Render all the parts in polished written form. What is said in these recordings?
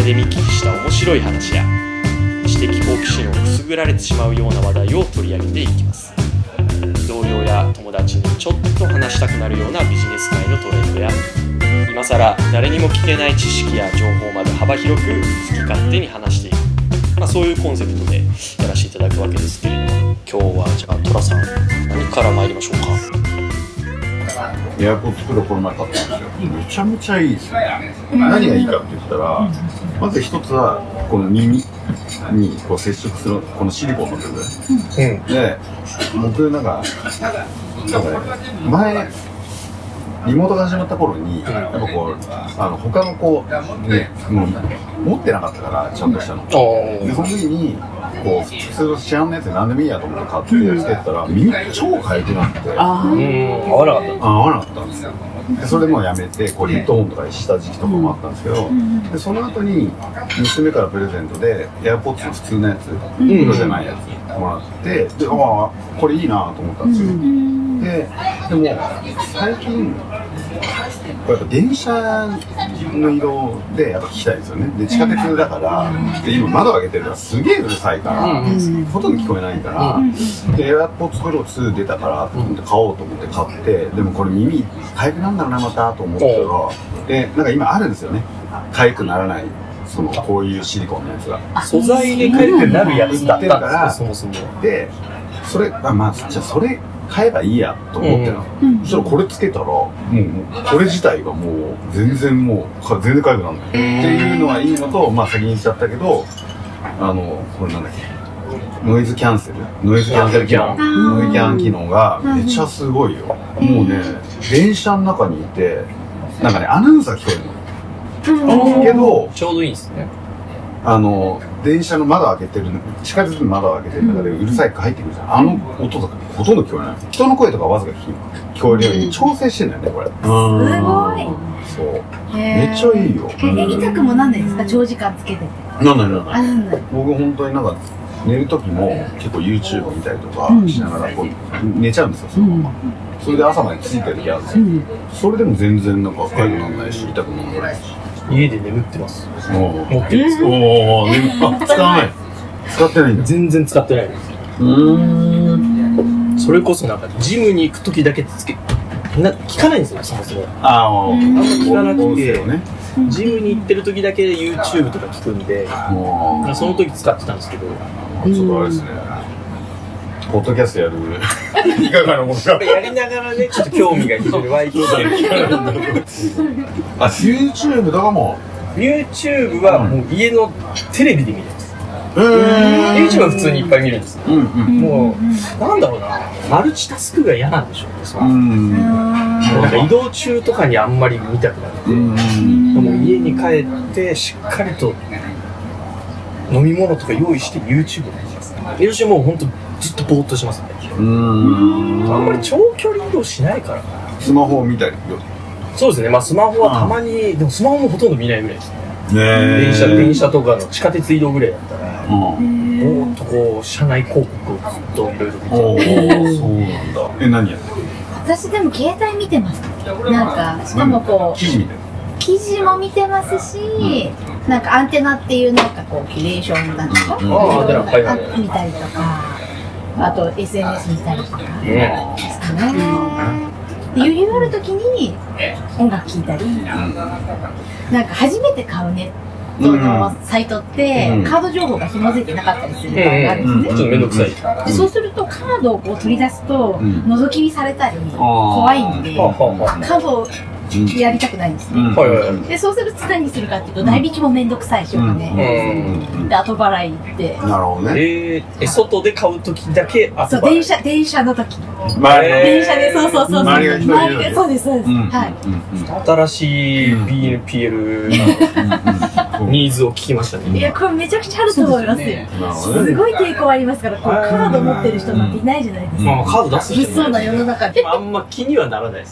で見聞きした面白い話や知的好奇心をくすぐられてしまうような話題を取り上げていきます。同僚や友達にちょっと話したくなるようなビジネス界のトレンドや今更誰にも聞けない知識や情報まで幅広く好き勝手に話していく、そういうコンセプトでやらせていただくわけですけれども、今日はじゃあトラさん何から参りましょうか。 エアポッドプロこの前買ったんですよ。めちゃめちゃいいですね。何がいいかって言ったら、まず一つはこの耳にこう接触するこのシリコンの部分、で僕なんかね、前リモートが始まった頃にやっぱこう他のこうねもう持ってなかったからちゃんとしたの。でその時にこう普通の市販のやつで何でもいいやと思って買ってつけてたら耳超痒くなって、合わなかったんですよ。でそれでもうやめてこうヘッドホンとかした時期とかもあったんですけど、でその後に娘からプレゼントで AirPods の普通のやつ、プロじゃないやつもらって、でこれいいなと思ったんですよ。でも最近やっぱ電車の移動でやっぱ聞きたいですよね。で地下鉄だから、で今窓開けてるからすげえうるさいから、ほとんど聞こえないから、で AirPods Pro 2出たからと思って買おうと思って買って、でもこれ耳痒くなんだろうなまたと思ったら、でなんか今あるんですよね、痒くならないこういうシリコンのやつが素材で痒くなるやつだったんですか、そもそも。でそれじゃあそれ買えばいいやと思ってたの。そしたらこれつけたらもうこれ自体がもう全然痒くならないっていうのはいいのと、先に言っちゃったけどこれなんだっけ、ノイズキャンセル機能がめっちゃすごいよ。もうね電車の中にいてなんかねアナウンサー聞こえるのけどちょうどいいですね。 電車の窓開けてる、地下鉄の窓開けてる中でうるさいか入ってくるじゃん。音とかほとんど聞こえない。人の声とかわずか聞こえるように調整してんだよねこれ。すごい。 そう。めっちゃいいよ。 痛くもなんないですか、長時間つけてて。 なんない。僕本当になんか寝る時も結構 YouTube 見たりとかしながらこう寝ちゃうんですよそのまま。それで朝までついてる時あるんですよ。それでも全然なんか痒くならないし痛くならないし。 家で眠ってます。 持ってるんですか？使わない。使ってないんだ。 全然使ってないです。それこそなんかジムに行く時だけ聞かないんですよそもそも。あんま聞かなくて、ジムに行ってる時だけ YouTube とか聞くんで、その時使ってたんですけど。 ちょっとあれですね。ポッドキャストやるいかがなものかやりながらね、ちょっと興味が非常に湧いてきてる YouTube とかも YouTube はもう家のテレビで見るんです。YouTube は普通にいっぱい見るんです。もうなんだろうな、マルチタスクが嫌なんでしょうね。なんか移動中とかにあんまり見たくなくて、もう家に帰ってしっかりと飲み物とか用意して YouTube を見ます。移動中もう本当ずっとぼーっとしますね。あんまり長距離移動しないからスマホを見たりよ。 そうですね、スマホはたまに、でもスマホもほとんど見ないぐらいですね。電車とかの地下鉄移動ぐらいだったらぼーっとこう車内広告をずっといろいろ見て。 そうなんだ。何やってる？ 私でも携帯見てます。なんかしかもこう記事も見てますし、なんかアンテナっていうなんかこうキュレーションなんですか、見たりとか、あと SNS 見たりとかですかね。で余裕ある時に音楽聴いたり、なんか初めて買うネットのサイトってカード情報が紐づいてなかったりする場合があるんですね。 ちょっとめんどくさい。 でそうするとカードをこう取り出すと覗き見されたり怖いんで、カードをやりたくないんですね。でそうすると何するかっていうと代引きもめんどくさいしお金で後払いで。 なるほどね。 外で買う時だけ後払い。 そう電車の時。 電車でそう周りが人いる。そうですはい。 新しい BNPL ニーズを聞きましたね。 いやこれめちゃくちゃあると思いますよ。すごい抵抗ありますから、こうカード持ってる人なんていないじゃないですか。 カード出す人物騒な世の中であんま気にはならないですね。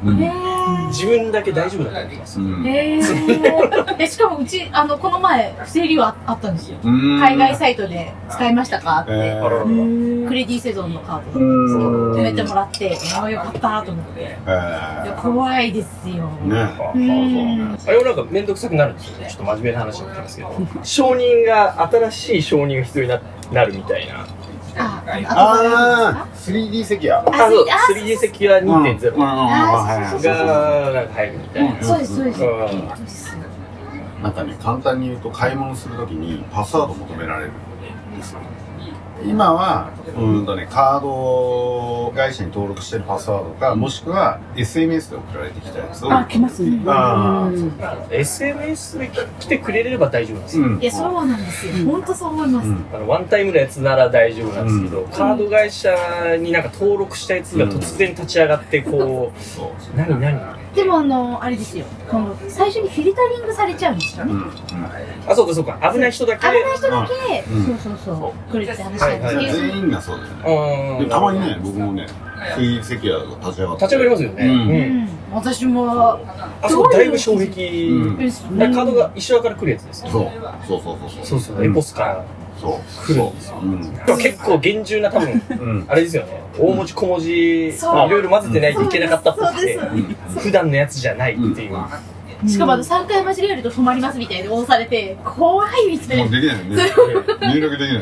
自分だけ大丈夫だと思ってます。 しかもうちこの前不正利用あったんですよ。海外サイトで使いましたかって、クレディセゾンのカード止めてもらって、よかったと思って。怖いですよ。 あれはなんか面倒くさくなるんですよね。ちょっと真面目な話になってますけど、承認が新しい承認が必要になるみたいな。 3D セキュア。 3D セキュア 2.0 がなんか入るみたいな。 そうです。 なんかね、簡単に言うと買い物するときにパスワード求められるんですよ。今はカード会社に登録してるパスワードか、もしくは SMS で送られてきたやつを。 来ますね。 SMS で来てくれれば大丈夫なんですよ。 いや、そうなんですよ。本当そう思います。 ワンタイムのやつなら大丈夫なんですけど、カード会社になんか登録したやつが突然立ち上がってこう、何でもあれですよ。最初にフィルタリングされちゃうんですよね。 そうか。危ない人だけ。 来るって話なんですけど。 全員がそうですね。たまにね、僕もね、3D セキュアが立ち上がりますよね。 私も。 だいぶ衝撃。カードが一緒から来るやつですよ。 そう。 エポスから来るんですよ。結構厳重な多分あれですよね。大文字小文字いろいろ混ぜてないといけなかったっぽくて、普段のやつじゃないっていう。 しかも3回間違えると止まりますみたいで押されて、怖いみたいな。 もうできないよね。入力できない。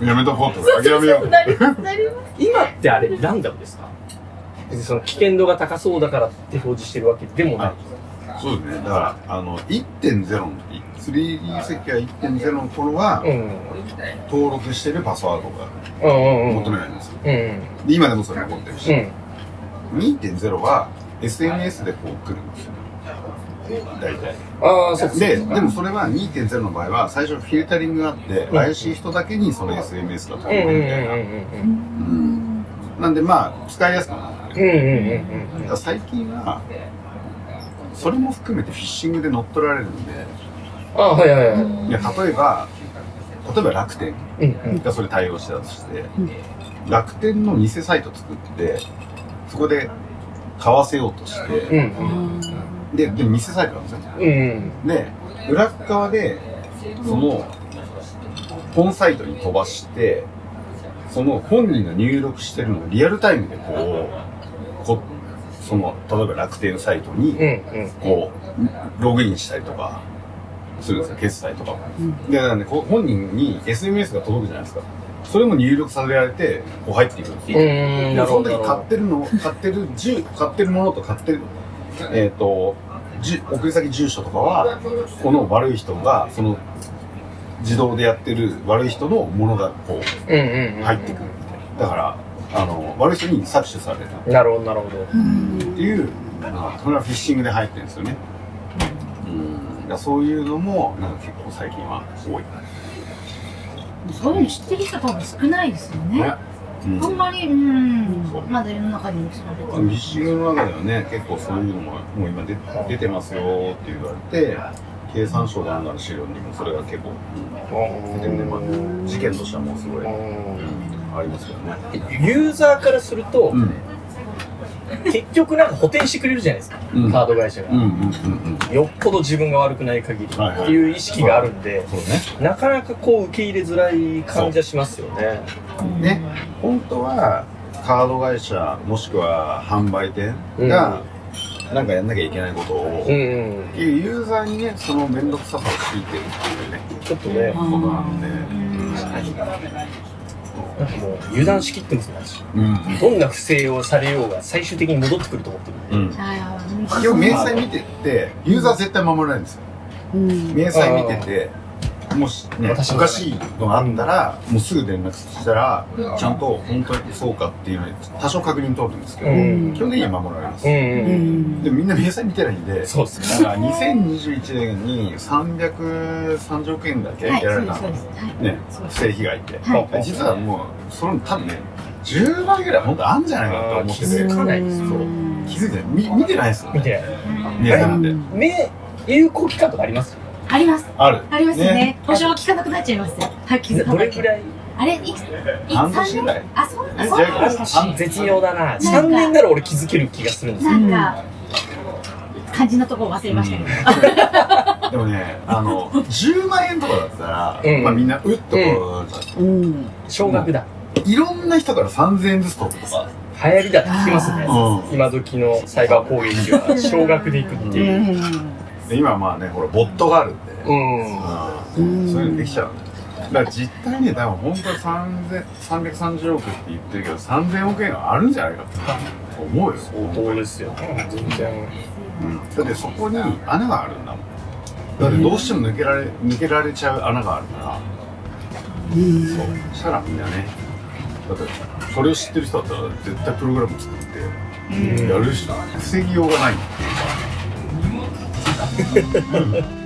やめとこうと。諦めよう。 今ってあれランダムですか？その危険度が高そうだからって表示してるわけでもない。 そうですね。だから1.0 の 3D セキュア 1.0 の頃は登録してるパスワードが求められるんですよ。今でもそれ残ってるし、2.0 は SNS でこう来るんですよ。大体。でもそれは 2.0 の場合は最初フィルタリングがあって怪しい人だけにその SNS が飛ぶみたいな。なんで使いやすくなる。最近はそれも含めてフィッシングで乗っ取られるんで。例えば楽天がそれ対応してたとして、楽天の偽サイト作ってそこで買わせようとして、で偽サイトなんですよ。で裏側でその本サイトに飛ばして、その本人が入力してるのをリアルタイムでその例えば楽天サイトにログインしたりとかするんですよ、決済とかも。でなんで本人に SMS が届くじゃないですか。それも入力させられて入っていくんですよ。でその時買ってるものと買ってる送り先住所とかはこの悪い人がその自動でやってる悪い人のものが入ってくるみたいな。だから悪い人に搾取される。 なるほど。 っていうそれはフィッシングで入ってるんですよね。そういうのも結構最近は多い。 そういうの知ってる人多分少ないですよね。あんまりまだ世の中にも知られてる。 フィッシングの中ではね、結構そういうのももう今出てますよって言われて、経産省がの資料にもそれが結構出てるんで、事件としてはもうすごいありますよね。 ユーザーからすると、結局なんか補填してくれるじゃないですか、カード会社が。よっぽど自分が悪くない限りっていう意識があるんで、なかなか受け入れづらい感じはしますよね。 本当はカード会社もしくは販売店がなんかやんなきゃいけないことを、ユーザーにね、その面倒くささを強いてるっていうね、ちょっとね、ことなんで。 なんかもう油断しきってますね、どんな不正をされようが最終的に戻ってくると思ってるんで。 今日明細見てってユーザー絶対守らないんですよ。明細見ててもしね、おかしいのがあったらもうすぐ連絡したらちゃんと本当にそうかっていうのに多少確認取るんですけど、基本的には守られます。でもみんな明細見てないんで、 そうですだから2021年に330億円だけやられたんですね、不正被害って。実はもうその多分ね10倍ぐらい本当あるんじゃないかと思ってて、 気づかないです。 気づいて見てないですよ。 見てない。 明細なんで有効期間とかあります？ あります。 ありますよね。保証効かなくなっちゃいますよ。 どれぐらい？ あれ半年ぐらい。 あ、そうか。 絶妙だな。3年なら俺気づける気がするんですよ。 なんか漢字のところ忘れましたけど。でもね、10万円とかだったら、まあみんなうっとこう、 少額だ。 いろんな人から3000円ずつ取るとか。 流行りだって聞きますね。今時のサイバー攻撃は少額でいくっていう。 今まあね、ほらボットがあるんで、そういうのできちゃう。だから実態ね、多分本当に330億って言ってるけど、3000億円はあるんじゃないかって思うよ。 相当ですよ。全然。 だってそこに穴があるんだもん。だってどうしても抜けられちゃう穴があるから。そしたらみんなね、だってそれを知ってる人だったら絶対プログラム作ってやるしな、防ぎようがない。